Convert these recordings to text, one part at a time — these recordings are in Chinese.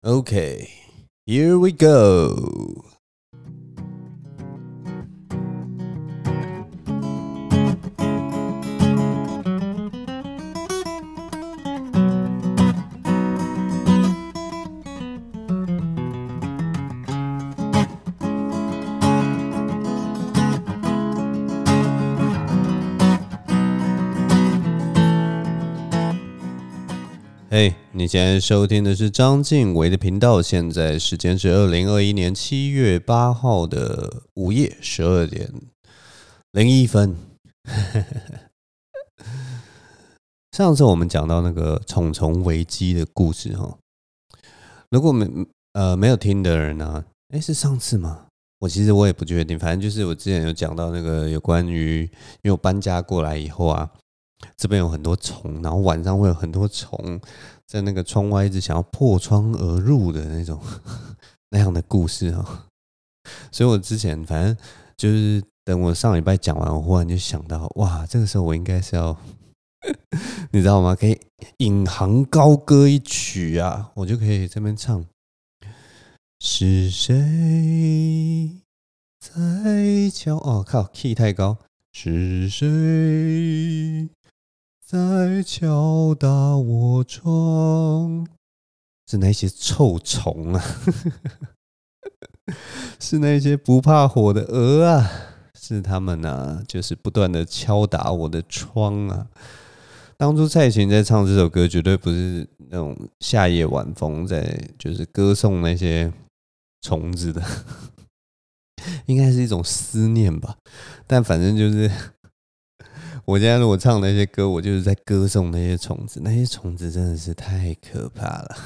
Okay, here we go. 你现在收听的是张敬伟的频道，现在时间是2021年7月8号的午夜12点01分。上次我们讲到那个虫虫危机的故事哈，如果没有听的人呢，是上次吗？其实我也不确定，反正就是我之前有讲到那个有关于，因为我搬家过来以后啊，这边有很多虫，然后晚上会有很多虫在那个窗外一直想要破窗而入的那种那样的故事啊。所以我之前反正就是等我上礼拜讲完，我忽然就想到，哇，这个时候我应该是要你知道吗？可以引吭高歌一曲啊，我就可以这边唱。是谁在敲？哦靠 ，key 太高。是谁在敲打我窗？是那些臭虫啊，是那些不怕火的蛾啊，是他们啊，就是不断的敲打我的窗啊。当初蔡琴在唱这首歌，绝对不是那种夏夜晚风在就是歌颂那些虫子的，应该是一种思念吧。但反正就是我现在如果唱那些歌，我就是在歌颂那些虫子，那些虫子真的是太可怕了。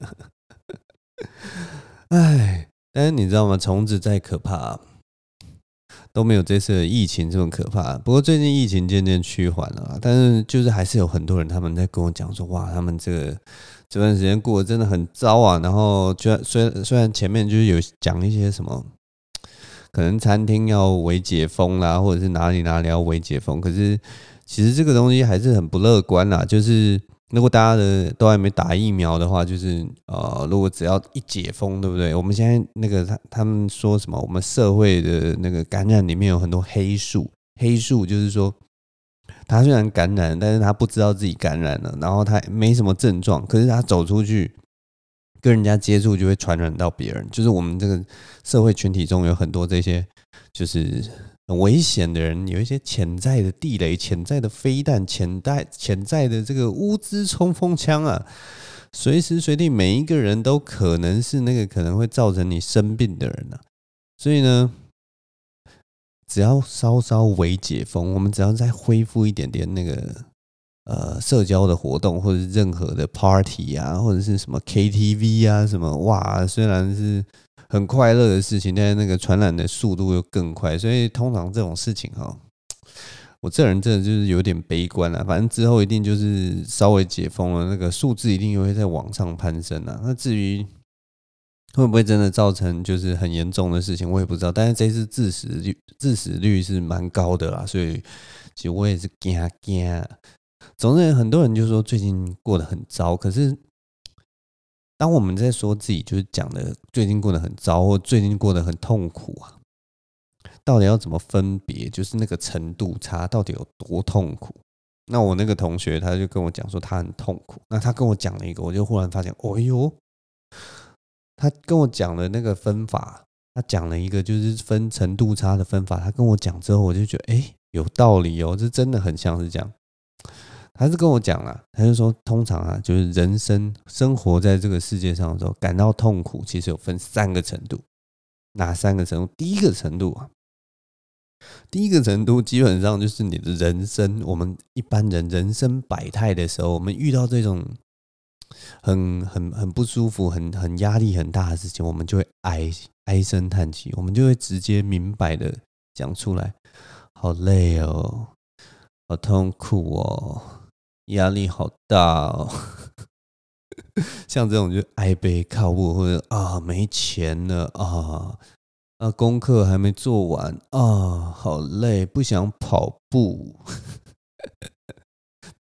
哎，但是你知道吗？虫子再可怕，都没有这次的疫情这么可怕。不过最近疫情渐渐趋缓了，但是就是还是有很多人他们在跟我讲说，哇，他们这段时间过得真的很糟啊。然后虽然前面就是有讲一些什么，可能餐厅要微解封啦，或者是哪里要微解封，可是其实这个东西还是很不乐观啦。就是如果大家都还没打疫苗的话，就是如果只要一解封，对不对？我们现在那个他们说什么？我们社会的那个感染里面有很多黑数，黑数就是说他虽然感染，但是他不知道自己感染了，然后他没什么症状，可是他走出去跟人家接触就会传染到别人。就是我们这个社会群体中有很多这些就是很危险的人，有一些潜在的地雷、潜在的飞弹、潜在的这个乌兹冲锋枪啊，随时随地每一个人都可能是那个可能会造成你生病的人啊。所以呢，只要稍稍微解封，我们只要再恢复一点点那个社交的活动，或者是任何的 party 啊，或者是什么 KTV 啊，什么哇，虽然是很快乐的事情，但是那个传染的速度又更快，所以通常这种事情哈，我这人真的就是有点悲观啦。反正之后一定就是稍微解封了，那个数字一定又会在往上攀升啊。那至于会不会真的造成就是很严重的事情，我也不知道。但是这次致死率是蛮高的啦，所以其实我也是怕。总之，很多人就说最近过得很糟，可是当我们在说自己就是讲的最近过得很糟，或最近过得很痛苦啊，到底要怎么分别？就是那个程度差到底有多痛苦？那我那个同学他就跟我讲说他很痛苦，那他跟我讲了一个，我就忽然发现，哦呦，他跟我讲的那个分法，他讲了一个就是分程度差的分法，他跟我讲之后，我就觉得有道理哦，这真的很像是这样。他是跟我讲啦，他就说通常啊，就是人生活在这个世界上的时候，感到痛苦其实有分3个程度。哪3个程度？第一个程度基本上就是你的人生，我们一般人人生百态的时候，我们遇到这种很不舒服、很压力很大的事情，我们就会唉声叹气，我们就会直接明白的讲出来，好累哦，好痛苦哦。压力好大哦，像这种就哀悲靠步，或者没钱了功课还没做完好累，不想跑步，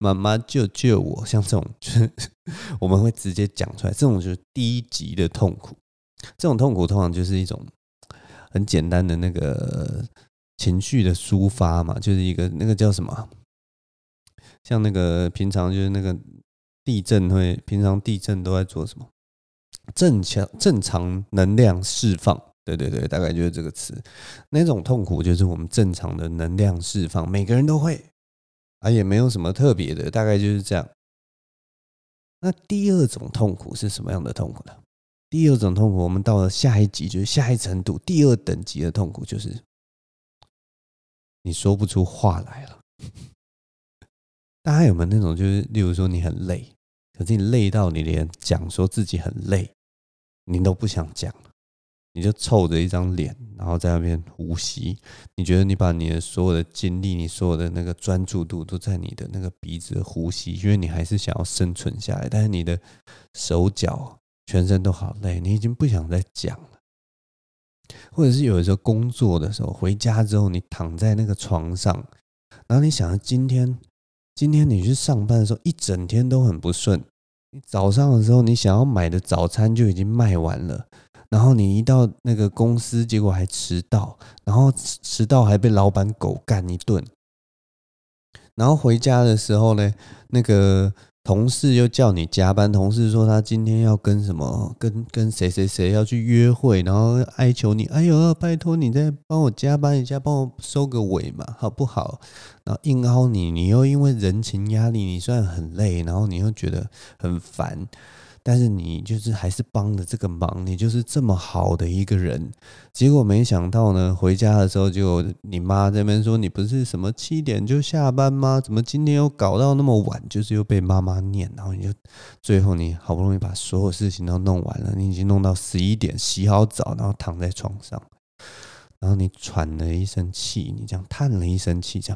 妈妈救救我，像这种就是我们会直接讲出来，这种就是低级的痛苦。这种痛苦通常就是一种很简单的那个情绪的抒发嘛，就是一个那个叫什么，像那个平常就是那个平常地震都在做什么？正常能量释放。对对对，大概就是这个词。那种痛苦就是我们正常的能量释放，每个人都会啊，也没有什么特别的，大概就是这样。那第二种痛苦是什么样的痛苦呢？第二种痛苦，我们到了下一级，就是下一程度，第二等级的痛苦，就是你说不出话来了。大家有没有那种，就是例如说你很累，可是你累到你连讲说自己很累，你都不想讲，你就臭着一张脸，然后在那边呼吸。你觉得你把你的所有的精力，你所有的那个专注度都在你的那个鼻子的呼吸，因为你还是想要生存下来，但是你的手脚全身都好累，你已经不想再讲了。或者是有的时候工作的时候，回家之后你躺在那个床上，然后你想今天你去上班的时候，一整天都很不顺。你早上的时候，你想要买的早餐就已经卖完了，然后你一到那个公司，结果还迟到，然后迟到还被老板狗干一顿。然后回家的时候呢，那个同事又叫你加班，同事说他今天要跟什么跟谁谁谁要去约会，然后哀求你，哎呦，拜托你再帮我加班一下，帮我收个尾嘛，好不好？然后硬凹你，你又因为人情压力，你虽然很累，然后你又觉得很烦，但是你就是还是帮了这个忙，你就是这么好的一个人。结果没想到呢，回家的时候就你妈在那边说，你不是什么7点就下班吗？怎么今天又搞到那么晚？就是又被妈妈念，然后你就最后你好不容易把所有事情都弄完了，你已经弄到11点，洗好澡，然后躺在床上，然后你喘了一声气，你这样叹了一声气，这样，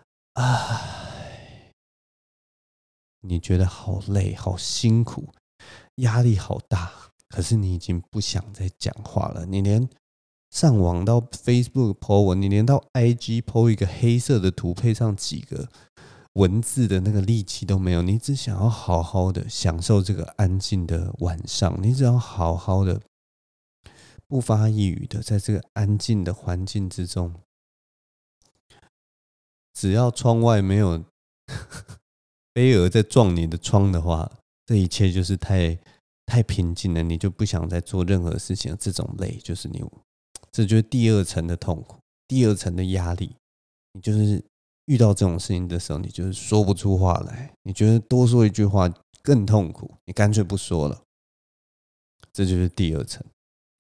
唉，你觉得好累，好辛苦，压力好大，可是你已经不想再讲话了。你连上网到 Facebook po 文，你连到 IG po 一个黑色的图配上几个文字的那个力气都没有。你只想要好好的享受这个安静的晚上，你只要好好的不发一语的在这个安静的环境之中，只要窗外没有飞蛾在撞你的窗的话，这一切就是太平静了，你就不想再做任何事情了。这种累就是这就是第二层的痛苦，第二层的压力。你就是遇到这种事情的时候，你就是说不出话来，你觉得多说一句话更痛苦，你干脆不说了。这就是第二层。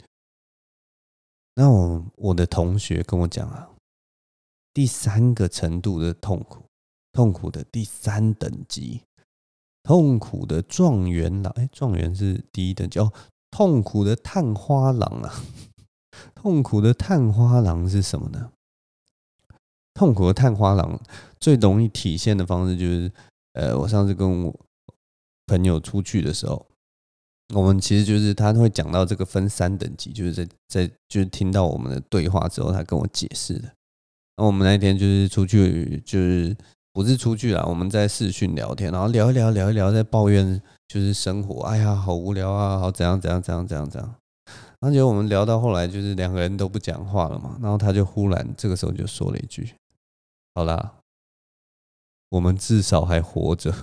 那我的同学跟我讲啊，第三个程度的痛苦，痛苦的第三等级，痛苦的状元郎，状元是第一等级哦。痛苦的探花郎啊，痛苦的探花郎是什么呢？痛苦的探花郎最容易体现的方式就是，我上次跟我朋友出去的时候，我们其实就是他会讲到这个分三等级，就是就是听到我们的对话之后，他跟我解释的。那我们那天就是出去，就是不是出去啦，我们在视讯聊天，然后聊一聊，聊一聊，在抱怨就是生活，哎呀，好无聊啊，好怎样怎样怎样怎样怎样。然后结果我们聊到后来，就是两个人都不讲话了嘛，然后他就忽然这个时候就说了一句：“好啦，我们至少还活着，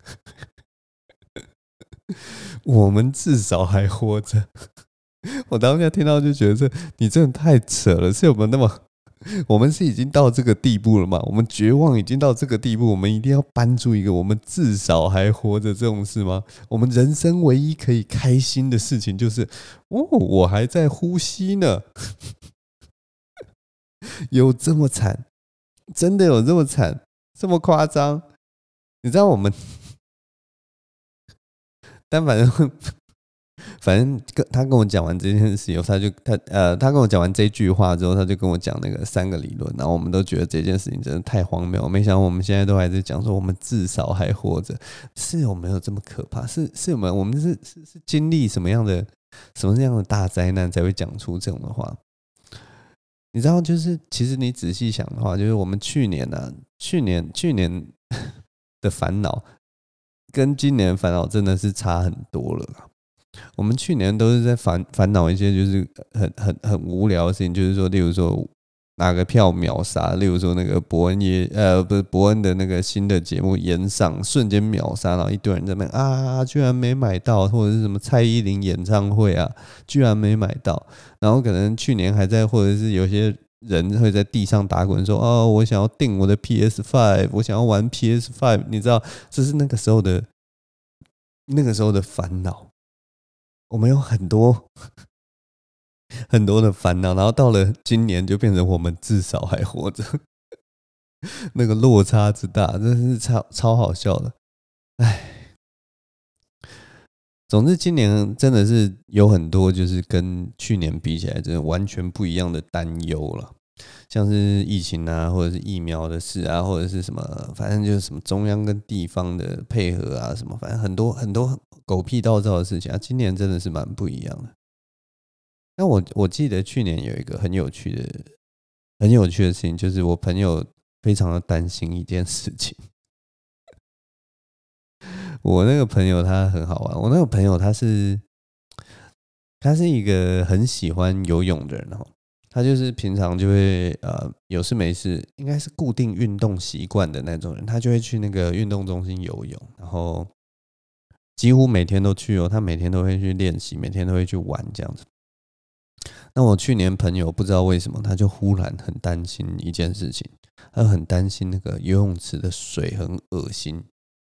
我们至少还活着。”我当下听到就觉得你真的太扯了，是有没有那么？我们是已经到这个地步了吗？我们绝望已经到这个地步，我们一定要搬出一个我们至少还活着这种事吗？我们人生唯一可以开心的事情就是，哦，我还在呼吸呢。有这么惨？真的有这么惨？这么夸张？你知道我们，但反正他跟我讲完这件事以后，他跟我讲完这句话之后，他就跟我讲那个3个理论，然后我们都觉得这件事情真的太荒谬。没想到我们现在都还在讲说我们至少还活着，是有没有这么可怕？是有没有？我们是经历什么样的大灾难才会讲出这种的话？你知道，就是其实你仔细想的话，就是我们去年的烦恼，跟今年的烦恼真的是差很多了啦。我们去年都是在烦恼一些就是很无聊的事情，就是说，例如说哪个票秒杀，例如说那个不是伯恩的那个新的节目延上，瞬间秒杀，然后一堆人在那边啊，居然没买到，或者是什么蔡依林演唱会啊，居然没买到，然后可能去年还在，或者是有些人会在地上打滚说，哦，我想要订我的 PS5，我想要玩 PS5，你知道，这是那个时候的烦恼。我们有很多很多的烦恼，然后到了今年就变成我们至少还活着，那个落差之大，真的是超好笑的。唉，总之今年真的是有很多就是跟去年比起来，真的完全不一样的担忧了。像是疫情啊，或者是疫苗的事啊，或者是什么，反正就是什么中央跟地方的配合啊，什么，反正很多很多狗屁倒灶的事情啊，今年真的是蛮不一样的。那我记得去年有一个很有趣的事情，就是我朋友非常的担心一件事情。我那个朋友他很好玩，我那个朋友他是一个很喜欢游泳的人哦，他就是平常就会有事没事，应该是固定运动习惯的那种人，他就会去那个运动中心游泳，然后几乎每天都去哦，他每天都会去练习，每天都会去玩这样子。那我去年朋友不知道为什么，他就忽然很担心一件事情，他很担心那个游泳池的水很恶心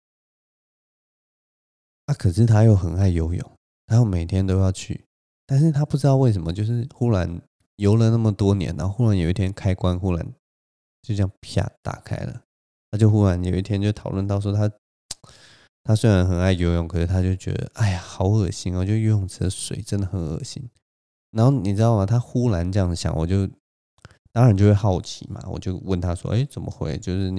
啊，可是他又很爱游泳，他又每天都要去，但是他不知道为什么，就是忽然游了那么多年，然后忽然有一天开关忽然就这样啪打开了，他就忽然有一天就讨论到说他虽然很爱游泳，可是他就觉得哎呀好恶心哦，就游泳池的水真的很恶心。然后你知道吗？他忽然这样想，我就当然就会好奇嘛，我就问他说：“哎，怎么会？就是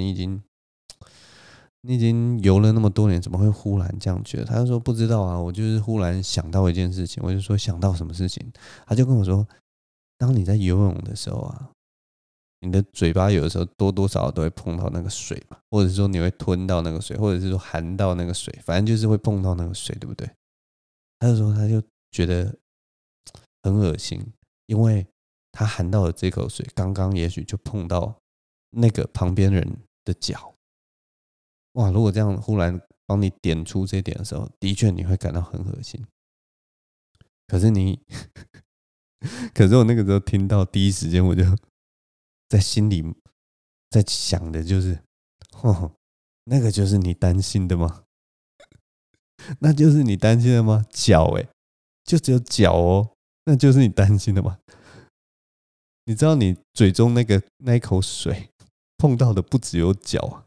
你已经游了那么多年，怎么会忽然这样觉得？”他就说：“不知道啊，我就是忽然想到一件事情。”我就说：“想到什么事情？”他就跟我说：“当你在游泳的时候啊，你的嘴巴有的时候多多少少都会碰到那个水嘛，或者是说你会吞到那个水，或者是说含到那个水，反正就是会碰到那个水，对不对？”他就说他就觉得很恶心，因为他含到的这口水，刚刚也许就碰到那个旁边人的脚。哇！如果这样忽然帮你点出这一点的时候，的确你会感到很恶心。可是可是我那个时候听到第一时间，我就在心里在想的就是，哦，那个就是你担心的吗？那就是你担心的吗？脚就只有脚哦，那就是你担心的吗？你知道你嘴中那一口水碰到的不只有脚啊，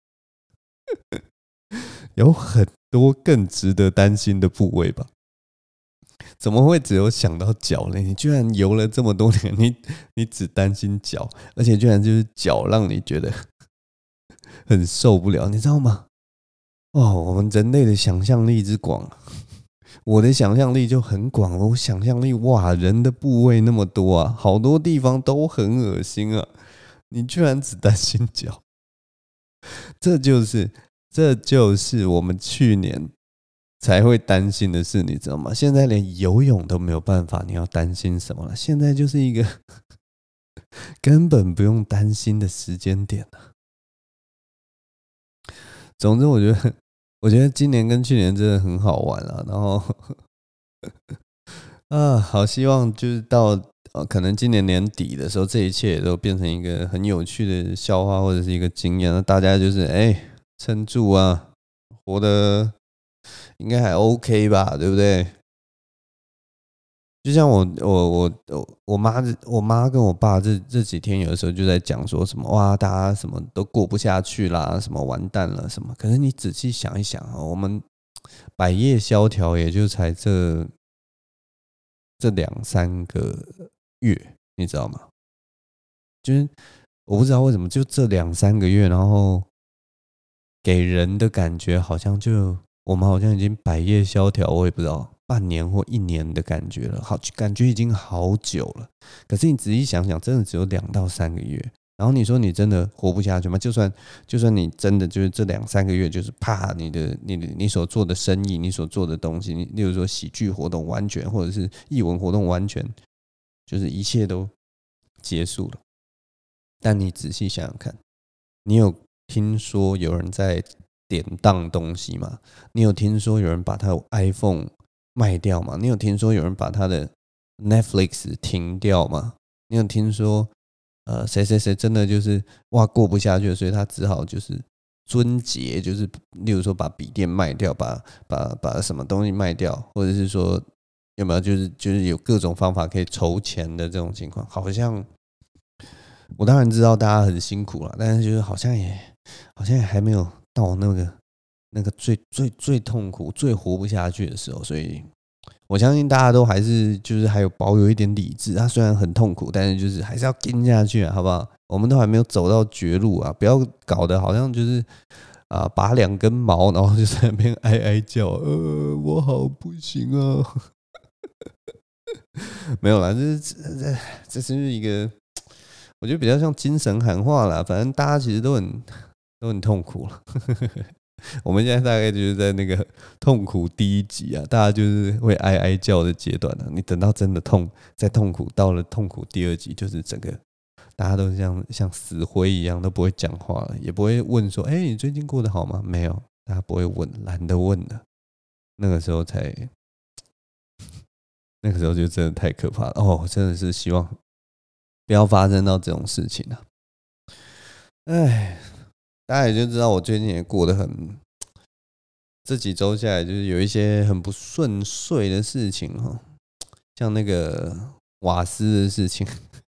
有很多更值得担心的部位吧？怎么会只有想到脚呢？你居然游了这么多年，你只担心脚，而且居然就是脚让你觉得很受不了，你知道吗？哦，我们人类的想象力之广，我的想象力就很广，我想象力哇，人的部位那么多啊，好多地方都很恶心啊，你居然只担心脚。这就是我们去年才会担心的事，你知道吗？现在连游泳都没有办法，你要担心什么了？现在就是一个根本不用担心的时间点了。总之，我觉得今年跟去年真的很好玩啊。然后啊，好希望就是到可能今年年底的时候，这一切也都变成一个很有趣的笑话或者是一个经验，那大家就是撑住啊，活得应该还 OK 吧，对不对？就像我妈跟我爸这几天有的时候就在讲说什么哇，大家什么都过不下去啦，什么完蛋了什么。可是你仔细想一想啊，我们百业萧条，也就才这两三个月，你知道吗？就是我不知道为什么，就这两三个月，然后给人的感觉好像就我们好像已经百业萧条，我也不知道半年或一年的感觉了，好感觉已经好久了。可是你仔细想想，真的只有2到3个月， 然后你说你真的活不下去吗？就算你真的就是这2-3个月，就是啪，你所做的生意，你所做的东西，例如说喜剧活动完全，或者是艺文活动完全，就是一切都结束了。但你仔细想想看，你有听说有人在典当东西吗？你有听说有人把他的 iPhone 卖掉吗？你有听说有人把他的 Netflix 停掉吗？你有听说谁谁谁真的就是过不下去了，所以他只好就是遵节，就是例如说把笔电卖掉，把什么东西卖掉，或者是说有没有就是有各种方法可以筹钱的这种情况？好像我当然知道大家很辛苦了，但是就是好像也还没有到那个最痛苦、最活不下去的时候，所以我相信大家都还是就是还有保有一点理智。他虽然很痛苦，但是就是还是要跟下去啊，好不好？我们都还没有走到绝路啊，不要搞得好像就是拔2根毛，然后就在那边哀哀叫，我好不行啊。没有啦，这是一个我觉得比较像精神喊话啦。反正大家其实都很痛苦了。我们现在大概就是在那个痛苦第1集啊，大家就是会哀哀叫的阶段啊。你等到真的在痛苦到了痛苦第2集，就是整个大家都像死灰一样，都不会讲话了，也不会问说，你最近过得好吗？没有，大家不会问，懒得问了。那个时候就真的太可怕了哦！真的是希望不要发生到这种事情啊。哎，大家也就知道我最近也过得这几周下来就是有一些很不顺遂的事情哈，像那个瓦斯的事情。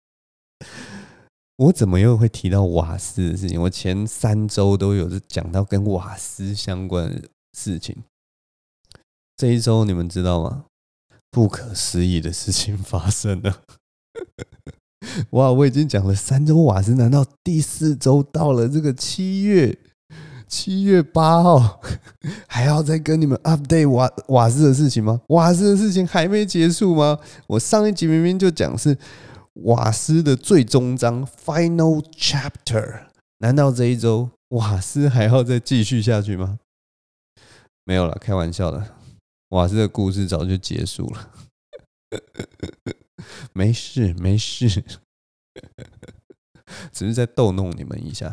我怎么又会提到瓦斯的事情？我前3周都有讲到跟瓦斯相关的事情。这一周你们知道吗？不可思议的事情发生了。哇！我已经讲了3周瓦斯，难道第4周到了这个7月8号，还要再跟你们 update 瓦斯的事情吗？瓦斯的事情还没结束吗？我上一集明明就讲是瓦斯的最终章 final chapter， 难道这一周瓦斯还要再继续下去吗？没有啦，开玩笑的，瓦斯的故事早就结束了。没事，只是在逗弄你们一下。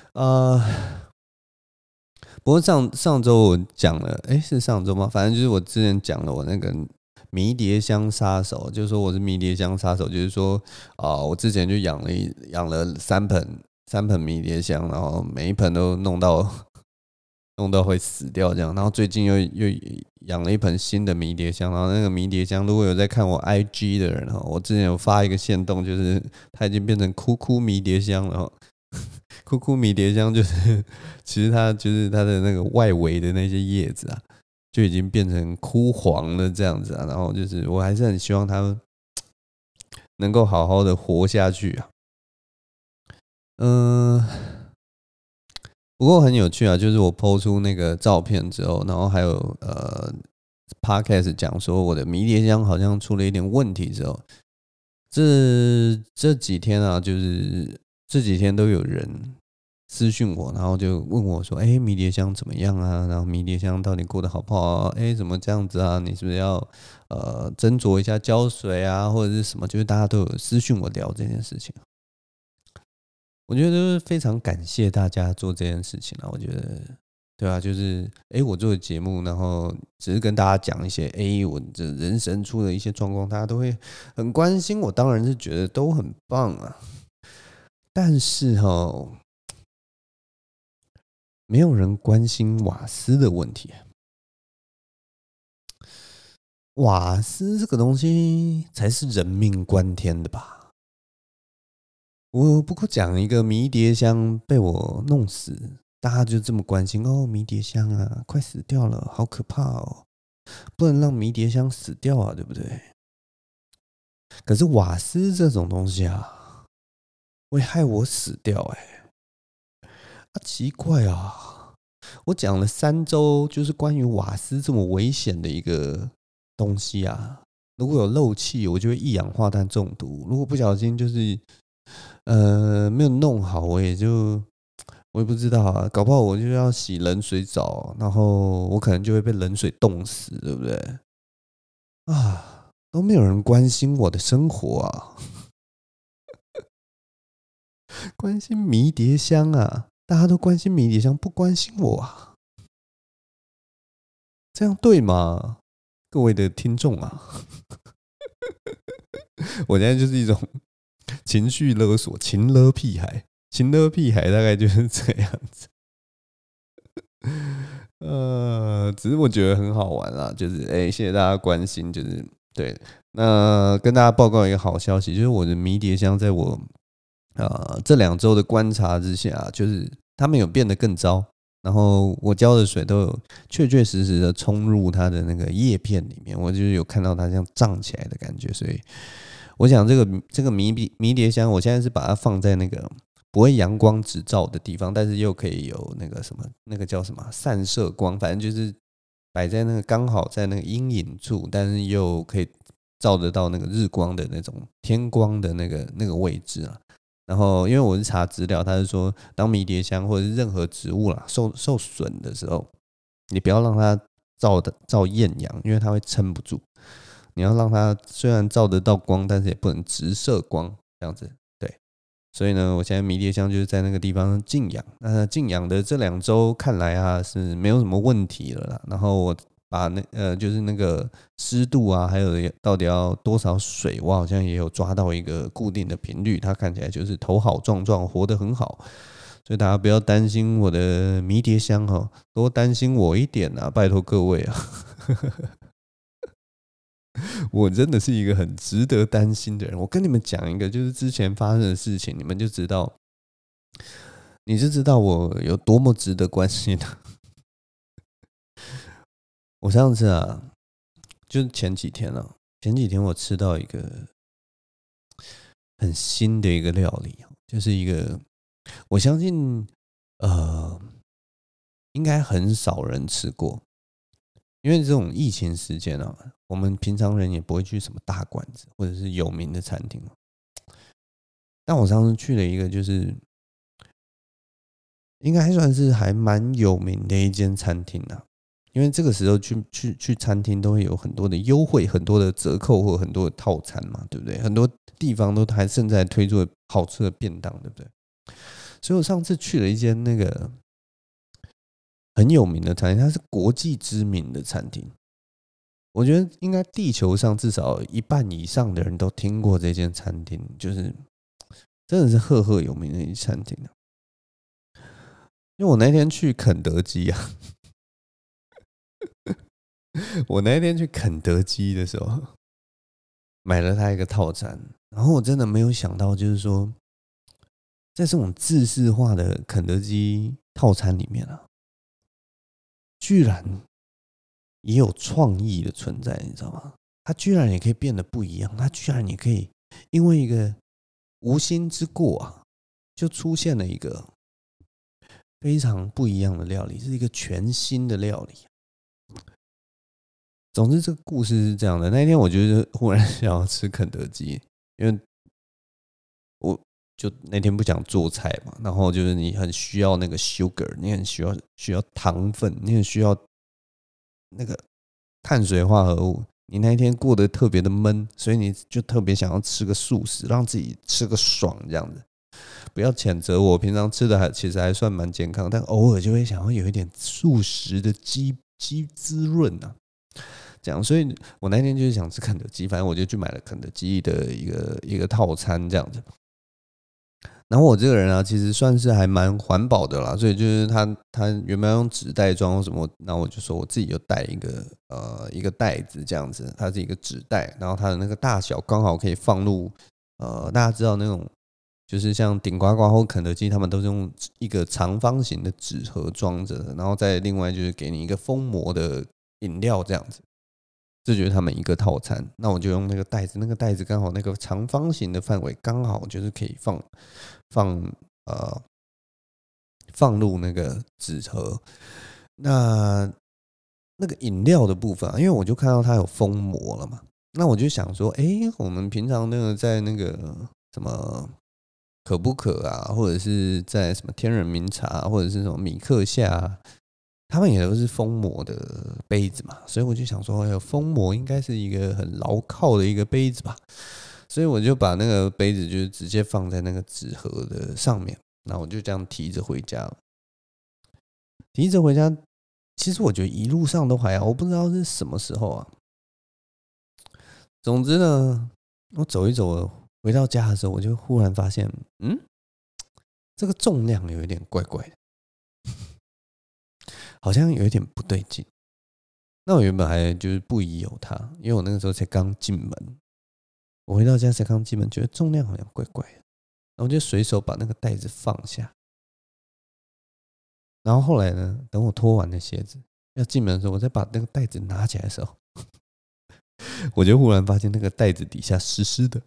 不过上周我讲了，是上周吗？反正就是我之前讲了我那个迷迭香杀手，就是说我是迷迭香杀手，就是说我之前就养了3盆迷迭香，然后每一盆都弄到会死掉这样，然后最近又养了一盆新的迷迭香，然后那个迷迭香如果有在看我 IG 的人我之前有发一个限动，就是它已经变成哭哭迷迭香了。哭哭迷迭香就是其实它就是它的那个外围的那些叶子啊，就已经变成枯黄了这样子啊，然后就是我还是很希望它能够好好的活下去啊。不过很有趣啊，就是我 po 出那个照片之后，然后还有podcast 讲说我的迷迭香好像出了一点问题之后，这几天啊，就是这几天都有人私讯我，然后就问我说：“迷迭香怎么样啊？然后迷迭香到底过得好不好啊？怎么这样子啊？你是不是要斟酌一下浇水啊，或者是什么？”就是大家都有私讯我聊这件事情。我觉得非常感谢大家做这件事情啊！我觉得，对啊，就是我做的节目，然后只是跟大家讲一些我这人生出的一些状况，大家都会很关心我，当然是觉得都很棒啊。但是没有人关心瓦斯的问题。瓦斯这个东西才是人命关天的吧？我不过讲一个迷迭香被我弄死，大家就这么关心迷迭香啊，快死掉了，好可怕哦！不能让迷迭香死掉啊，对不对？可是瓦斯这种东西啊，会害我死掉奇怪啊！我讲了3周，就是关于瓦斯这么危险的一个东西啊。如果有漏气，我就会1氧化碳中毒；如果不小心就是没有弄好，我也不知道啊，搞不好我就要洗冷水澡，然后我可能就会被冷水冻死，对不对？啊，都没有人关心我的生活啊，关心迷迭香啊，大家都关心迷迭香，不关心我啊，这样对吗？各位的听众啊，我现在就是一种情绪勒索、情勒屁孩，情勒屁孩大概就是这样子。只是我觉得很好玩啦，就是谢谢大家关心，就是对。那跟大家报告一个好消息，就是我的迷迭香在我这2周的观察之下，就是它们有变得更糟，然后我浇的水都有确确实实的冲入它的那个叶片里面，我就有看到它像胀起来的感觉，所以我想这个迷迭香，我现在是把它放在那个不会阳光直照的地方，但是又可以有那个什么，那个叫什么散射光，反正就是摆在那个刚好在那个阴影处，但是又可以照得到那个日光的那种天光的那个位置啊。然后因为我是查资料，他是说当迷迭香或者是任何植物啦受损的时候，你不要让它照艳阳，因为它会撑不住。你要让它虽然照得到光，但是也不能直射光，这样子。对，所以呢，我现在迷迭香就是在那个地方静养。那静养的这2周看来啊是没有什么问题了啦。然后我把就是那个湿度啊，还有到底要多少水，我好像也有抓到一个固定的频率。它看起来就是头好壮壮，活得很好。所以大家不要担心我的迷迭香哈，多担心我一点啊，拜托各位啊。我真的是一个很值得担心的人。我跟你们讲一个，就是之前发生的事情，你就知道我有多么值得关心了。我上次啊，就是前几天我吃到一个很新的一个料理，就是一个我相信呃应该很少人吃过，因为这种疫情时间啊，我们平常人也不会去什么大馆子或者是有名的餐厅。但我上次去了一个，就是应该算是还蛮有名的一间餐厅啊。因为这个时候去餐厅都会有很多的优惠、很多的折扣或很多的套餐嘛，对不对？很多地方都还正在推出好吃的便当，对不对？所以我上次去了一间那个很有名的餐厅，它是国际知名的餐厅。我觉得应该地球上至少一半以上的人都听过这间餐厅，就是真的是赫赫有名的一间餐厅啊。因为我那天去肯德基啊，我那天去肯德基的时候，买了它一个套餐，然后我真的没有想到，就是说，在这种制式化的肯德基套餐里面啊，居然也有创意的存在，你知道吗？它居然也可以变得不一样，它居然也可以因为一个无心之过啊，就出现了一个非常不一样的料理，是一个全新的料理。总之，这个故事是这样的。那一天，我就是忽然想要吃肯德基，因为我就那天不想做菜嘛，然后就是你很需要那个 sugar，你很需要糖分，你很需要那个碳水化合物。你那一天过得特别的闷，所以你就特别想要吃个素食，让自己吃个爽这样子。不要谴责我，平常吃的其实还算蛮健康，但偶尔就会想要有一点素食的鸡滋润啊。这样，所以我那天就是想吃肯德基，反正我就去买了肯德基的一个套餐这样子。然后我这个人啊，其实算是还蛮环保的啦，所以就是他原本要用纸袋装或什么，然后我就说我自己就带一个袋子这样子，它是一个纸袋，然后它的那个大小刚好可以放入大家知道那种就是像顶呱呱或肯德基，他们都是用一个长方形的纸盒装着的，然后再另外就是给你一个封膜的饮料这样子。这就是他们一个套餐。那我就用那个袋子，那个袋子刚好那个长方形的范围刚好就是可以放呃放入那个纸盒。那那个饮料的部分啊，因为我就看到它有封膜了嘛，那我就想说，我们平常那个在那个什么可不可啊，或者是在什么天人茗茶，或者是什么米克夏啊，他们也都是封膜的杯子嘛，所以我就想说，封膜应该是一个很牢靠的一个杯子吧，所以我就把那个杯子就是直接放在那个纸盒的上面，那我就这样提着回家了。提着回家，其实我觉得一路上都还好，我不知道是什么时候啊。总之呢，我走一走，回到家的时候，我就忽然发现，这个重量有一点怪怪的，好像有一点不对劲。那我原本还就是不疑有他，因为我那个时候才刚进门，我回到家才刚进门，觉得重量好像怪怪的，然后我就随手把那个袋子放下。然后后来呢，等我脱完了鞋子要进门的时候，我再把那个袋子拿起来的时候，我就忽然发现那个袋子底下湿湿的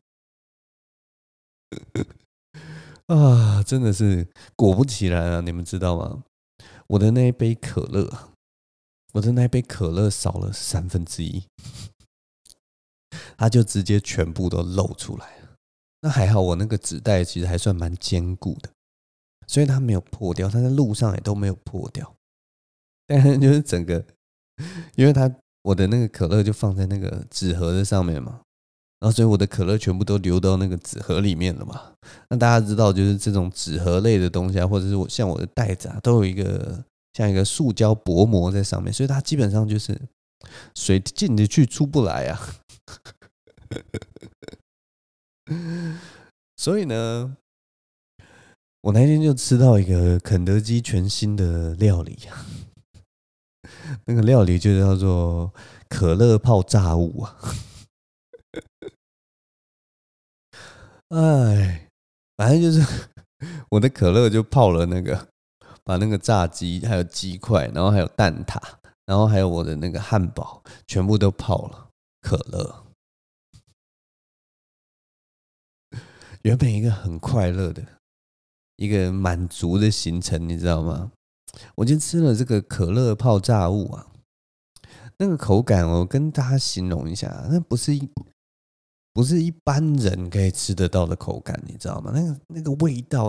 啊，真的是果不其然啊！你们知道吗？我的那一杯可乐啊，我的那一杯可乐少了1/3，它就直接全部都露出来了。那还好，我那个纸袋其实还算蛮坚固的，所以它没有破掉，它在路上也都没有破掉。但是就是整个，因为我的那个可乐就放在那个纸盒的上面嘛，然后所以我的可乐全部都流到那个纸盒里面了嘛。那大家知道，就是这种纸盒类的东西啊，或者是像我的袋子啊，都有一个像一个塑胶薄膜在上面，所以它基本上就是水进得去出不来啊。所以呢，我那天就吃到一个肯德基全新的料理啊，那个料理就叫做可乐泡炸物啊。哎，反正就是我的可乐就泡了那个，把那个炸鸡还有鸡块，然后还有蛋挞，然后还有我的那个汉堡，全部都泡了可乐。原本一个很快乐的一个满足的行程，你知道吗？我就吃了这个可乐泡炸物啊，那个口感我跟大家形容一下，那不是一般人可以吃得到的口感，你知道吗？那个味道，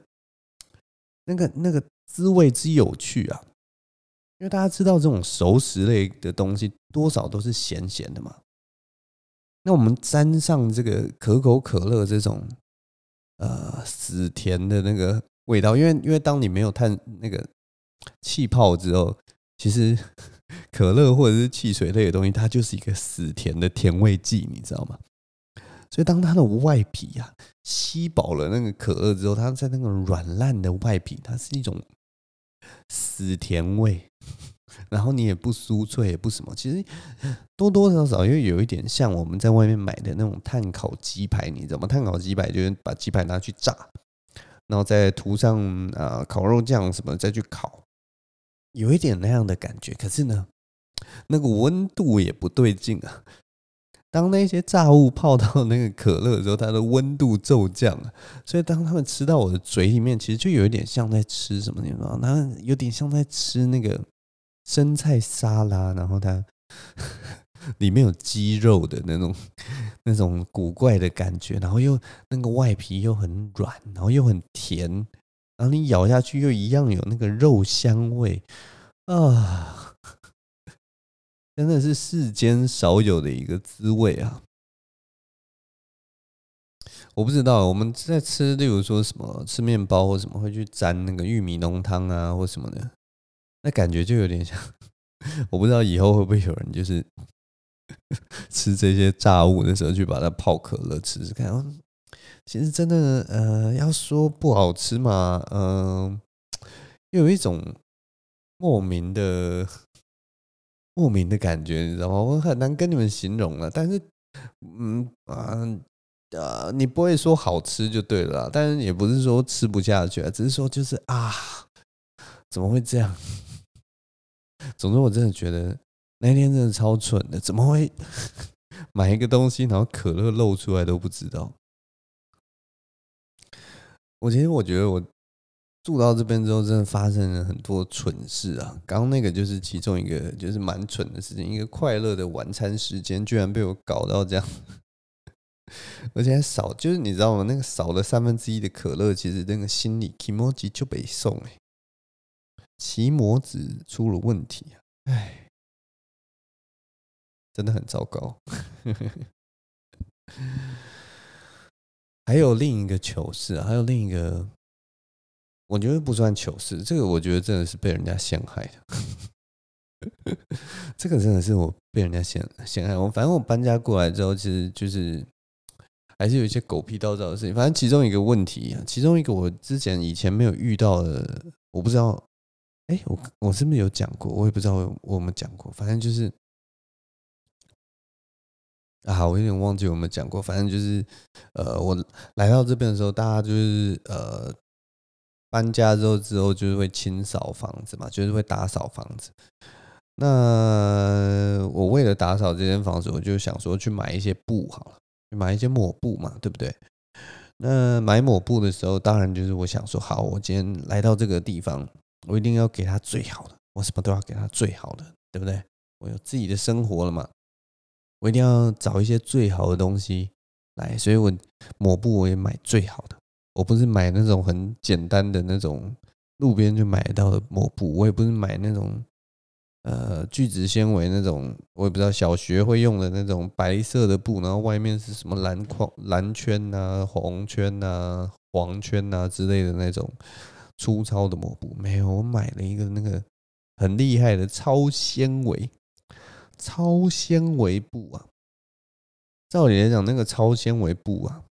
那个滋味之有趣啊！因为大家知道这种熟食类的东西，多少都是咸咸的嘛。那我们沾上这个可口可乐这种死甜的那个味道，因为当你没有碳那个气泡之后，其实可乐或者是汽水类的东西，它就是一个死甜的甜味剂，你知道吗？所以当它的外皮啊吸饱了那个可乐之后，它在那个软烂的外皮，它是一种死甜味，然后你也不酥脆，也不什么，其实多多少少又有一点像我们在外面买的那种炭烤鸡排，你知道吗？炭烤鸡排就是把鸡排拿去炸，然后再涂上烤肉酱什么再去烤，有一点那样的感觉。可是呢，那个温度也不对劲啊。当那些炸物泡到那个可乐的时候，它的温度骤降了，所以当他们吃到我的嘴里面，其实就有一点像在吃什么，你知道吗？它有点像在吃那个生菜沙拉，然后它里面有鸡肉的那种古怪的感觉，然后又那个外皮又很软，然后又很甜，然后你咬下去又一样有那个肉香味啊。真的是世间少有的一个滋味啊！我不知道我们在吃，例如说什么吃面包或什么会去沾那个玉米浓汤啊或什么的，那感觉就有点像。我不知道以后会不会有人就是吃这些炸物的时候去把它泡可乐吃吃看。其实真的要说不好吃嘛，又有一种莫名的莫名的感觉，你知道吗？我很难跟你们形容了。但是，你不会说好吃就对了啦，但是也不是说吃不下去啊，只是说就是怎么会这样？总之，我真的觉得那天真的超蠢的，怎么会买一个东西，然后可乐漏出来都不知道？其实我觉得我住到这边之后，真的发生了很多蠢事啊。刚刚那个就是其中一个，就是蛮蠢的事情，一个快乐的晚餐时间，居然被我搞到这样。 而且还少，就是你知道吗？那个少了1/3的可乐，其实那个心理 kimoji 就被送奇摩子出了问题啊！哎，真的很糟糕。还有另一个糗事啊，还有另一个，我觉得不算糗事，这个我觉得真的是被人家陷害的。这个真的是我被人家陷害。反正我搬家过来之后，其实就是还是有一些狗屁倒灶的事情。反正其中一个问题啊，其中一个我以前没有遇到的，我不知道，我是不是有讲过？我也不知道我有没有讲过。反正就是啊，我有点忘记我们讲过。反正就是，我来到这边的时候，大家就是搬家之后就是会清扫房子嘛，就是会打扫房子。那我为了打扫这间房子，我就想说去买一些布好了，去买一些抹布嘛，对不对？那买抹布的时候，当然就是我想说，好，我今天来到这个地方，我一定要给他最好的，我什么都要给他最好的，对不对？我有自己的生活了嘛，我一定要找一些最好的东西来，所以我抹布我也买最好的，我不是买那种很简单的那种路边就买得到的抹布，我也不是买那种聚酯纤维那种，我也不知道小学会用的那种白色的布，然后外面是什么蓝圈啊、红圈啊、黄圈啊之类的那种粗糙的抹布，没有，我买了一个那个很厉害的超纤维布啊。照理来讲，那个超纤维布啊，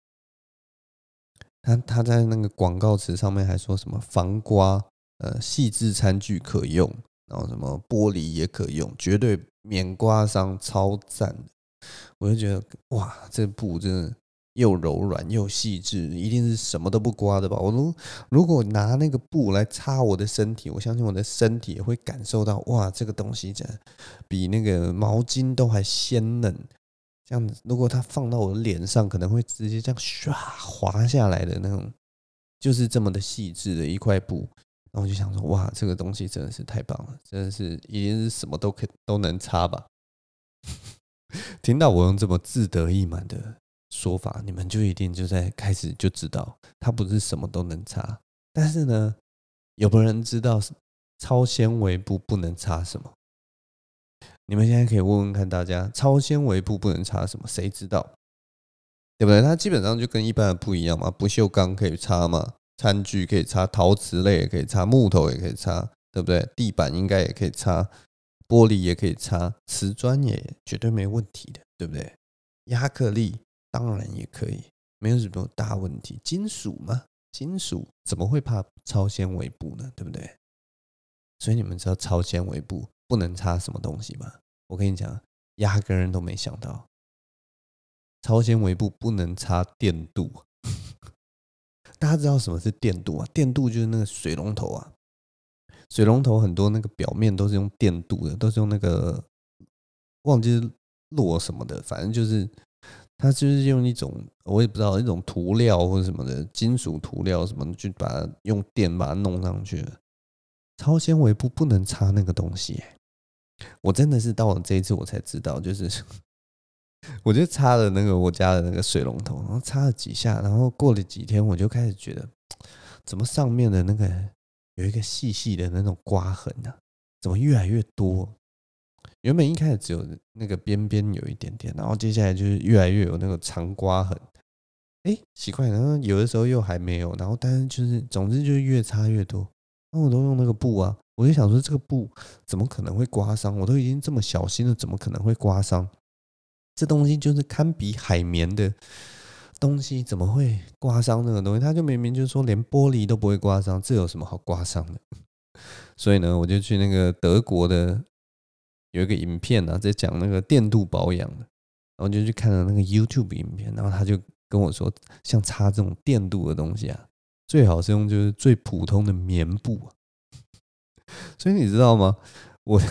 他在那个广告词上面还说什么防刮，细致餐具可用，然后什么玻璃也可用，绝对免刮伤，超赞的。我就觉得哇，这布真的又柔软又细致，一定是什么都不刮的吧？如果拿那个布来擦我的身体，我相信我的身体也会感受到哇，这个东西真的比那个毛巾都还鲜嫩。这样子，如果它放到我的脸上，可能会直接这样唰滑下来的那种，就是这么的细致的一块布。然后我就想说，哇，这个东西真的是太棒了，真的是一定是什么都能擦吧。听到我用这么自得意满的说法，你们就一定就在开始就知道，它不是什么都能擦。但是呢，有没有人知道超纤维布不能擦什么？你们现在可以问问看大家，超纤维布不能擦什么？谁知道？对不对？它基本上就跟一般的布一样嘛，不锈钢可以擦嘛，餐具可以擦，陶瓷类也可以擦，木头也可以擦，对不对？地板应该也可以擦，玻璃也可以擦，瓷砖也绝对没问题的，对不对？亚克力当然也可以，没有什么大问题。金属嘛，金属怎么会怕超纤维布呢？对不对？所以你们知道超纤维布不能擦什么东西吗？我跟你讲，压根人都没想到，超纤维布不能擦电镀。大家知道什么是电镀啊？电镀就是那个水龙头啊，水龙头很多那个表面都是用电镀的，都是用那个忘记是铬什么的，反正就是它就是用一种我也不知道一种涂料或者什么的金属涂料什么的，去把它用电把它弄上去了。超纤维布不能擦那个东西我真的是到了这一次我才知道，就是我就擦了那个我家的那个水龙头，然后擦了几下，然后过了几天，我就开始觉得，怎么上面的那个有一个细细的那种刮痕啊，怎么越来越多？原本一开始只有那个边边有一点点，然后接下来就是越来越有那个长刮痕。奇怪，然后有的时候又还没有，然后但是就是总之就是越擦越多。那我都用那个布啊，我就想说这个布怎么可能会刮伤？我都已经这么小心了，怎么可能会刮伤？这东西就是堪比海绵的东西，怎么会刮伤那个东西？他就明明就说连玻璃都不会刮伤，这有什么好刮伤的？所以呢，我就去那个德国的有一个影片啊，在讲那个电镀保养的，然后就去看了那个 YouTube 影片，然后他就跟我说，像擦这种电镀的东西啊，最好是用就是最普通的棉布啊。所以你知道吗？我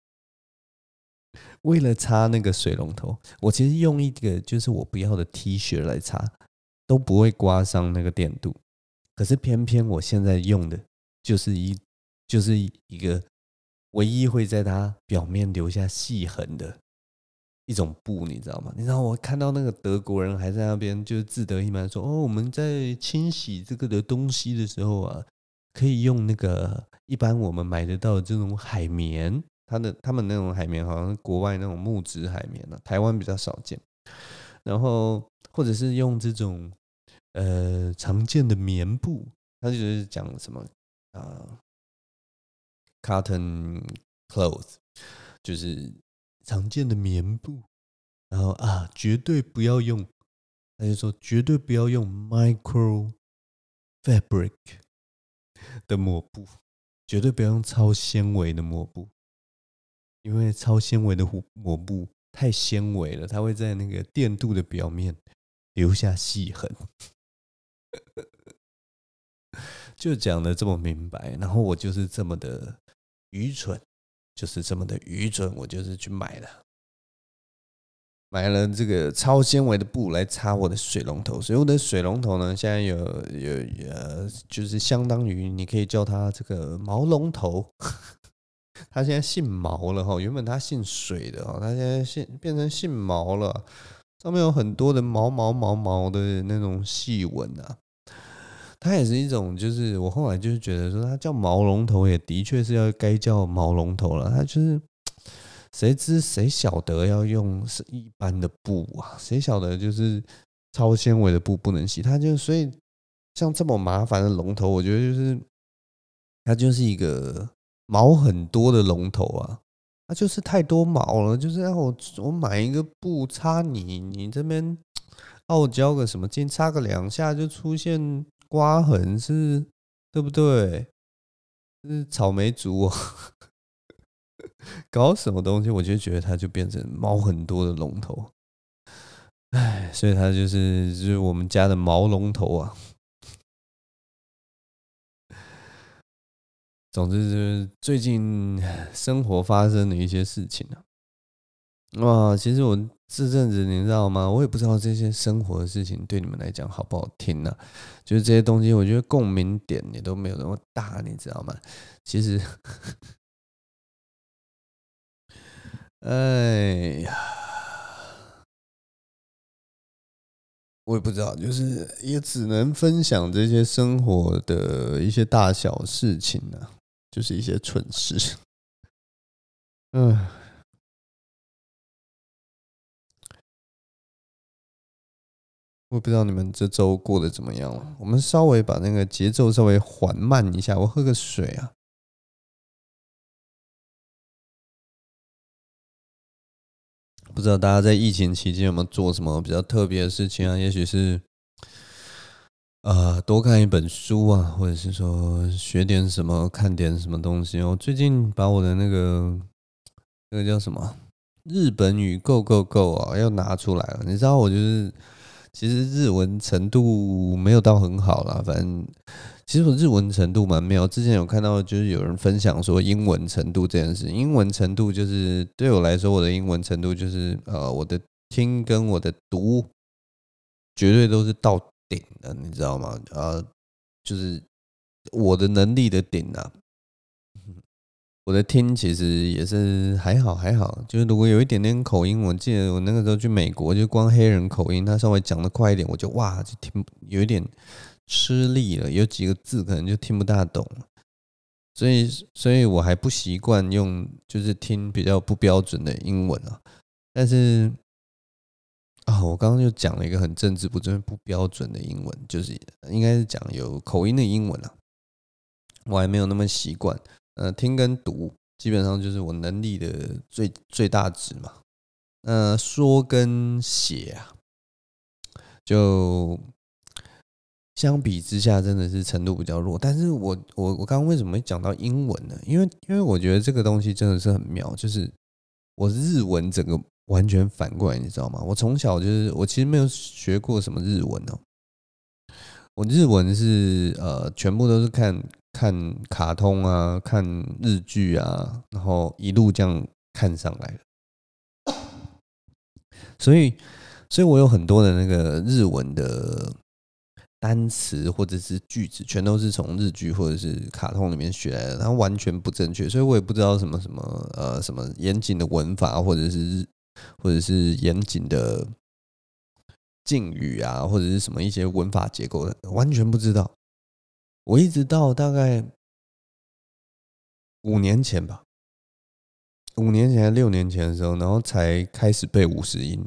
为了擦那个水龙头，我其实用一个就是我不要的 T 恤来擦，都不会刮伤那个电镀。可是偏偏我现在用的就是一个唯一会在它表面留下细痕的一种布，你知道吗？你知道我看到那个德国人还在那边就是自得意满说，哦，我们在清洗这个的东西的时候啊，可以用那个一般我们买得到的这种海绵，他们那种海绵好像是国外那种木质海绵啊，台湾比较少见。然后或者是用这种常见的棉布，他就是讲什么cotton clothes，就是常见的棉布。然后绝对不要用，他就说绝对不要用 micro fabric 的抹布，绝对不要用超纤维的抹布，因为超纤维的抹布太纤维了，它会在那个电镀的表面留下细痕。就讲的这么明白，然后我就是这么的愚蠢，就是这么的愚蠢，我就是去买了这个超纤维的布来擦我的水龙头，所以我的水龙头呢，现在就是相当于你可以叫它这个毛龙头，它现在姓毛了哈，原本它姓水的哈，它现在变成姓毛了，上面有很多的毛的那种细纹啊。它也是一种，就是我后来就是觉得说，它叫毛龙头也的确是要该叫毛龙头了。它就是谁晓得要用是一般的布啊？谁晓得就是超纤维的布不能洗？它就所以像这么麻烦的龙头，我觉得就是它就是一个毛很多的龙头啊。它就是太多毛了，就是让我买一个布擦你这边傲娇个什么劲，擦个2下就出现刮痕是，对不对？是草莓族哦，搞什么东西，我就觉得它就变成毛很多的龙头，哎，所以它就是我们家的毛龙头啊。总之就是最近生活发生的一些事情啊。哇，其实我这阵子你知道吗？我也不知道这些生活的事情对你们来讲好不好听呢、就是这些东西，我觉得共鸣点也都没有那么大，你知道吗？其实，哎呀，我也不知道，就是也只能分享这些生活的一些大小事情呢、就是一些蠢事。嗯，我也不知道你们这周过得怎么样了。我们稍微把那个节奏稍微缓慢一下，我喝个水啊。不知道大家在疫情期间有没有做什么比较特别的事情啊？也许是多看一本书啊，或者是说学点什么，看点什么东西。我最近把我的那个叫什么日本语 Go Go Go 啊，要拿出来了。你知道我就是其实日文程度没有到很好啦，反正其实我日文程度蛮妙。之前有看到就是有人分享说英文程度这件事，英文程度就是对我来说，我的英文程度就是我的听跟我的读绝对都是到顶的，你知道吗？就是我的能力的顶啊。我的听其实也是还好，就是如果有一点点口音，我记得我那个时候去美国，就光黑人口音，他稍微讲的快一点，我就哇就听有一点吃力了，有几个字可能就听不大懂，所以我还不习惯用就是听比较不标准的英文啊。但是我刚刚就讲了一个很政治不正不标准的英文，就是应该是讲有口音的英文啊，我还没有那么习惯。听跟读基本上就是我能力的最大值嘛。说跟写啊，就相比之下真的是程度比较弱。但是我刚刚为什么会讲到英文呢？因为我觉得这个东西真的是很妙，就是我日文整个完全反过来，你知道吗？我从小就是我其实没有学过什么日文哦，我日文是全部都是看卡通啊，看日剧啊，然后一路这样看上来的，所以我有很多的那个日文的单词或者是句子，全都是从日剧或者是卡通里面学来的，它完全不正确，所以我也不知道什么严谨的文法或者是或者是严谨的敬语啊，或者是什么一些文法结构的，完全不知道。我一直到大概5年前吧，5年前还6年前的时候，然后才开始背50音。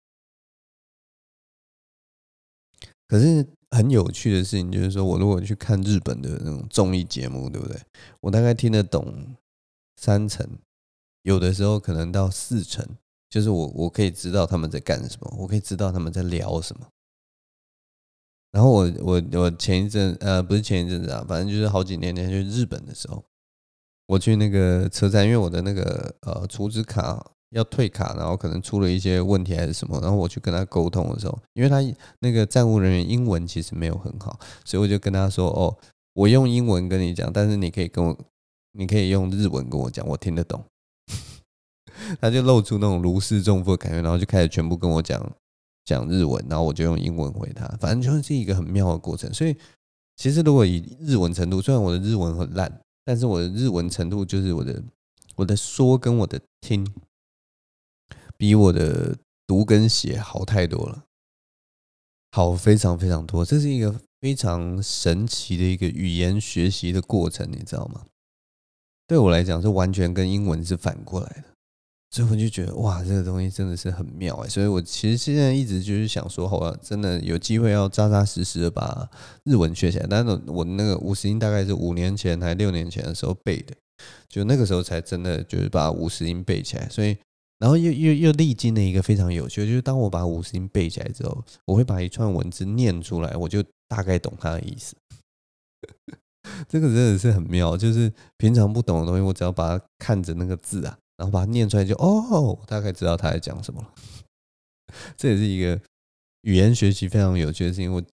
可是很有趣的事情就是说，我如果去看日本的那种综艺节目，对不对？我大概听得懂3成，有的时候可能到4成，就是我可以知道他们在干什么，我可以知道他们在聊什么。然后我前一阵不是前一阵子啊，反正就是好几年前去日本的时候，我去那个车站，因为我的那个储值卡要退卡，然后可能出了一些问题还是什么，然后我去跟他沟通的时候，因为他那个站务人员英文其实没有很好，所以我就跟他说：“哦，我用英文跟你讲，但是你可以用日文跟我讲，我听得懂。”他就露出那种如释重负的感觉，然后就开始全部跟我讲日文，然后我就用英文回他，反正就是一个很妙的过程。所以其实如果以日文程度，虽然我的日文很烂，但是我的日文程度就是我的说跟我的听，比我的读跟写好太多了，好非常非常多。这是一个非常神奇的一个语言学习的过程，你知道吗？对我来讲是完全跟英文是反过来的。所以我就觉得哇，这个东西真的是很妙哎！所以我其实现在一直就是想说，我真的有机会要扎扎实实的把日文学起来。但是我那个50音大概是5年前还6年前的时候背的，就那个时候才真的就是把50音背起来。所以，然后又历经了一个非常有趣的，就是当我把50音背起来之后，我会把一串文字念出来，我就大概懂它的意思。这个真的是很妙，就是平常不懂的东西，我只要把它看着那个字啊，然后把它念出来就，哦，大概知道他在讲什么了。这也是一个语言学习非常有趣的事情。我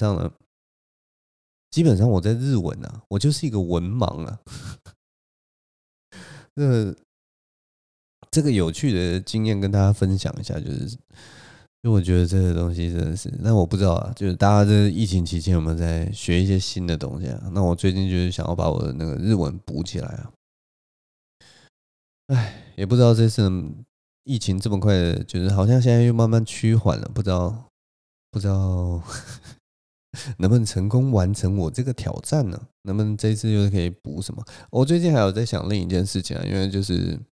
基本上我在日文啊，我就是一个文盲啊。这这个有趣的经验跟大家分享一下，就我觉得这个东西真的是，那我不知道啊，就是大家这疫情期间有没有在学一些新的东西啊？那我最近就是想要把我的那个日文补起来啊。唉，也不知道这次疫情这么快的，就是好像现在又慢慢趋缓了，不知道能不能成功完成我这个挑战呢？能不能这一次又可以补什么？我最近还有在想另一件事情啊，因为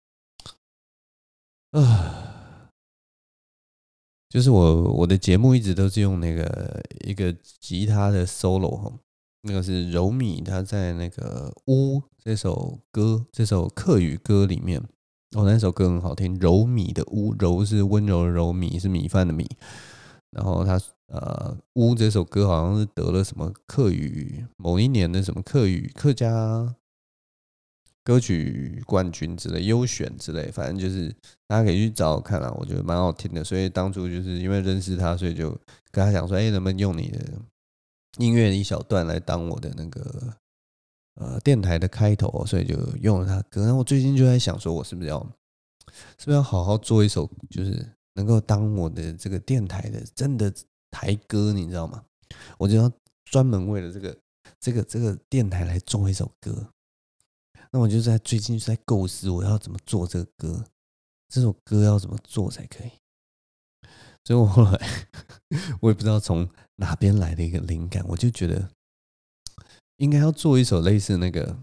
啊，就是我的节目一直都是用那个一个吉他的 solo 哈，那个是柔米他在那个《屋》这首客语歌里面，那首歌很好听，柔米的屋，柔是温柔的柔，米是米饭的米。然后他屋这首歌好像是得了什么客语某一年的什么客家歌曲冠军之类优选之类，反正就是大家可以去找看啦，我觉得蛮好听的。所以当初就是因为认识他，所以就跟他讲说，能不能用你的音乐的一小段来当我的那个电台的开头，所以就用了他的歌。然后我最近就在想说，我是不是要好好做一首，就是能够当我的这个电台的真的台歌，你知道吗？我就要专门为了这个电台来做一首歌。那我就最近就在构思我要怎么做这个歌，这首歌要怎么做才可以。所以我后来我也不知道从哪边来的一个灵感，我就觉得应该要做一首类似那个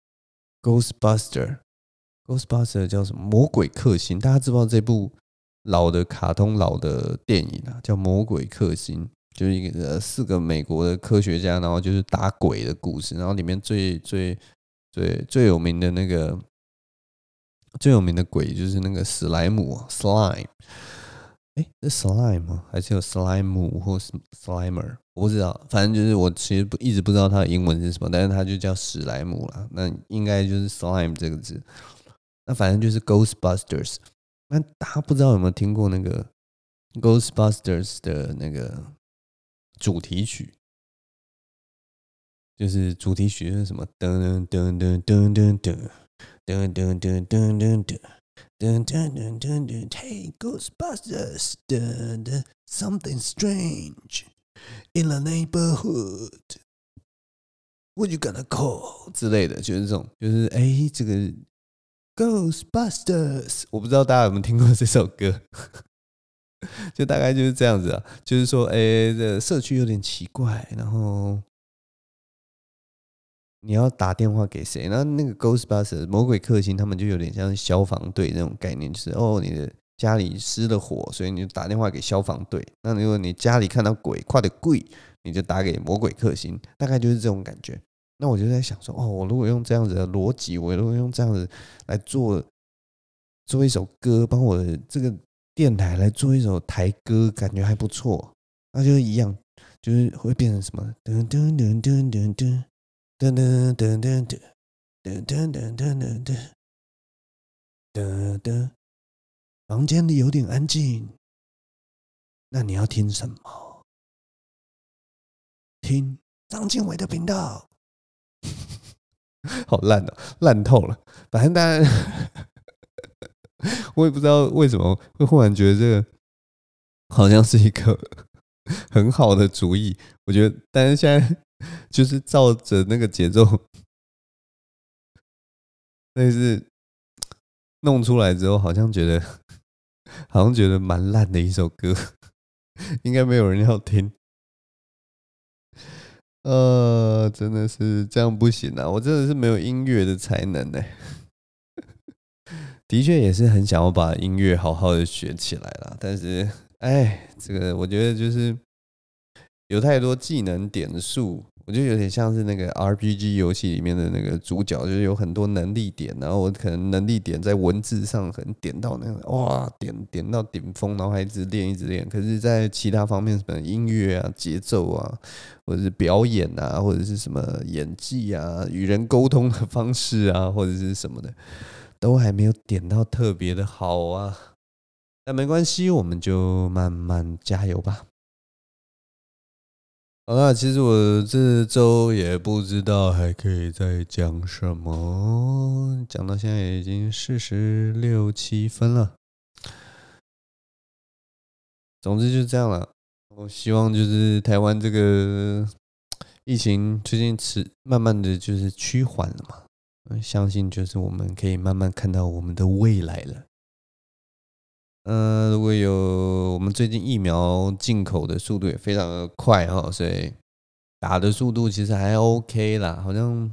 Ghostbuster 叫什么魔鬼克星，大家知不知道这部老的卡通老的电影啊，叫魔鬼克星，就是一个4个美国的科学家，然后就是打鬼的故事，然后里面最有名的最有名的鬼就是那个史莱姆 slime。是 slime 吗？还是有 slime 或是 slimer？我不知道，反正就是我其实一直不知道它的英文是什么，但是它就叫史莱姆啦。那应该就是 slime 这个字。那反正就是 Ghostbusters。那大家不知道有没有听过那个 Ghostbusters 的那个主题曲？就是主题曲是什么？噔噔噔噔噔噔噔噔噔噔噔噔。Dun, dun, dun, dun, dun. Hey, Ghostbusters! Dun, dun, something strange in the neighborhood. What you gonna call 之类的，就是这种，就是这个 Ghostbusters，我不知道大家有没有听过这首歌，就大概就是这样子啊，就是说，这社区有点奇怪，然后你要打电话给谁？然后那个 Ghostbusters 魔鬼克星，他们就有点像消防队那种概念，就是你的家里失了火，所以你就打电话给消防队。那如果你家里看到鬼，快点跪，你就打给魔鬼克星，大概就是这种感觉。那我就在想说，我如果用这样子的逻辑，我如果用这样子来做一首歌，帮我的这个电台来做一首台歌，感觉还不错。那就是一样，就是会变成什么噔噔噔噔噔噔。噔噔噔噔噔噔噔噔噔噔噔噔，房间里有点安静，那你要听什么？听张建伟的频道，好烂哦，烂透了。反正大家，我也不知道为什么会忽然觉得这个好像是一个很好的主意。我觉得，但是现在就是照着那个节奏。但是弄出来之后，好像觉得蛮烂的一首歌，应该没有人要听。真的是这样不行啊！我真的是没有音乐的才能呢。的确也是很想要把音乐好好的学起来啦，但是，这个我觉得就是有太多技能点数，我觉得有点像是那个 RPG 游戏里面的那个主角，就是有很多能力点，然后我可能能力点在文字上可能点到那个点到顶峰，然后还一直练，可是在其他方面，什么音乐啊、节奏啊，或者是表演啊，或者是什么演技啊、与人沟通的方式啊，或者是什么的，都还没有点到特别的好啊。但没关系，我们就慢慢加油吧。好啦，其实我这周也不知道还可以再讲什么，讲到现在已经46、7分了。总之就是这样了。我希望就是台湾这个疫情最近慢慢的就是趋缓了嘛，相信就是我们可以慢慢看到我们的未来了。如果有我们最近疫苗进口的速度也非常的快哈，所以打的速度其实还 OK 啦，好像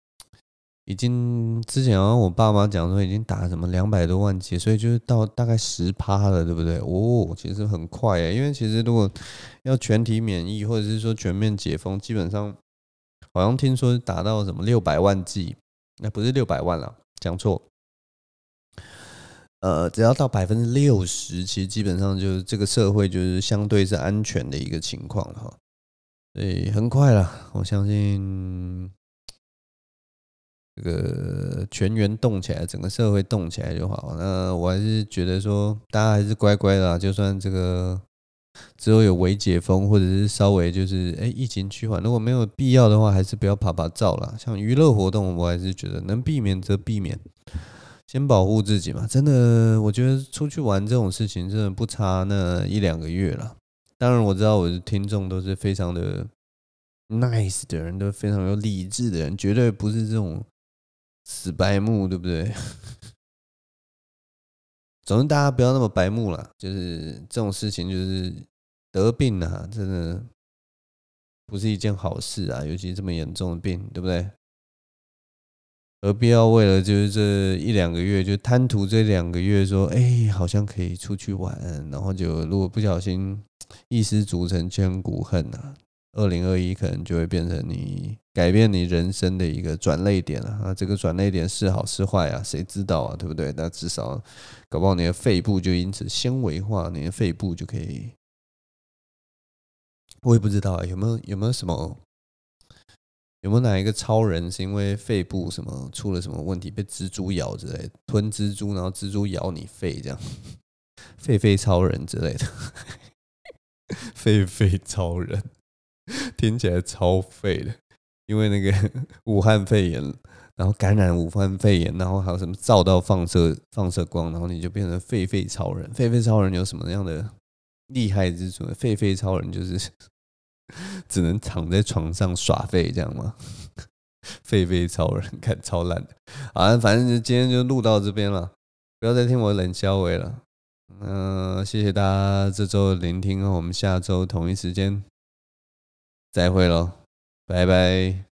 之前好像我爸妈讲说已经打什么200多万剂，所以就是到大概10%了，对不对？其实很快因为其实如果要全体免疫或者是说全面解封，基本上好像听说打到什么600万剂，那不是600万了，讲错。只要到60%，其实基本上就是这个社会就是相对是安全的一个情况了哈。所以很快啦，我相信这个全员动起来，整个社会动起来就好。那我还是觉得说，大家还是乖乖的啦，就算这个之后有微解封，或者是稍微就是疫情趋缓，如果没有必要的话，还是不要爬照啦。像娱乐活动，我还是觉得能避免则避免。先保护自己嘛，真的，我觉得出去玩这种事情真的不差那1、2个月了。当然，我知道我的听众都是非常的 nice 的人，都非常有理智的人，绝对不是这种死白目，对不对？总之，大家不要那么白目啦，就是这种事情，就是得病啊，真的不是一件好事啊，尤其这么严重的病，对不对？何必要为了就是这1、2个月，就贪图这2个月说，好像可以出去玩，然后就如果不小心一失足成千古恨啊，2021可能就会变成你改变你人生的一个转捩点了啊。这个转捩点是好是坏啊，谁知道啊，对不对？那至少搞不好你的肺部就因此纤维化，你的肺部就可以，我也不知道啊，有没有什么？有没有哪一个超人是因为肺部什么出了什么问题，被蜘蛛咬之类的，吞蜘蛛，然后蜘蛛咬你肺这样，肺超人之类的，肺超人听起来超废的，因为那个武汉肺炎，然后感染武汉肺炎，然后还有什么照到放射光，然后你就变成肺超人。肺超人有什么样的厉害之处呢？肺超人就是只能躺在床上耍废这样吗？ 狒超人，看超烂的。啊，反正今天就录到这边了，不要再听我冷笑话了。谢谢大家这周的聆听，我们下周同一时间再会喽，拜拜。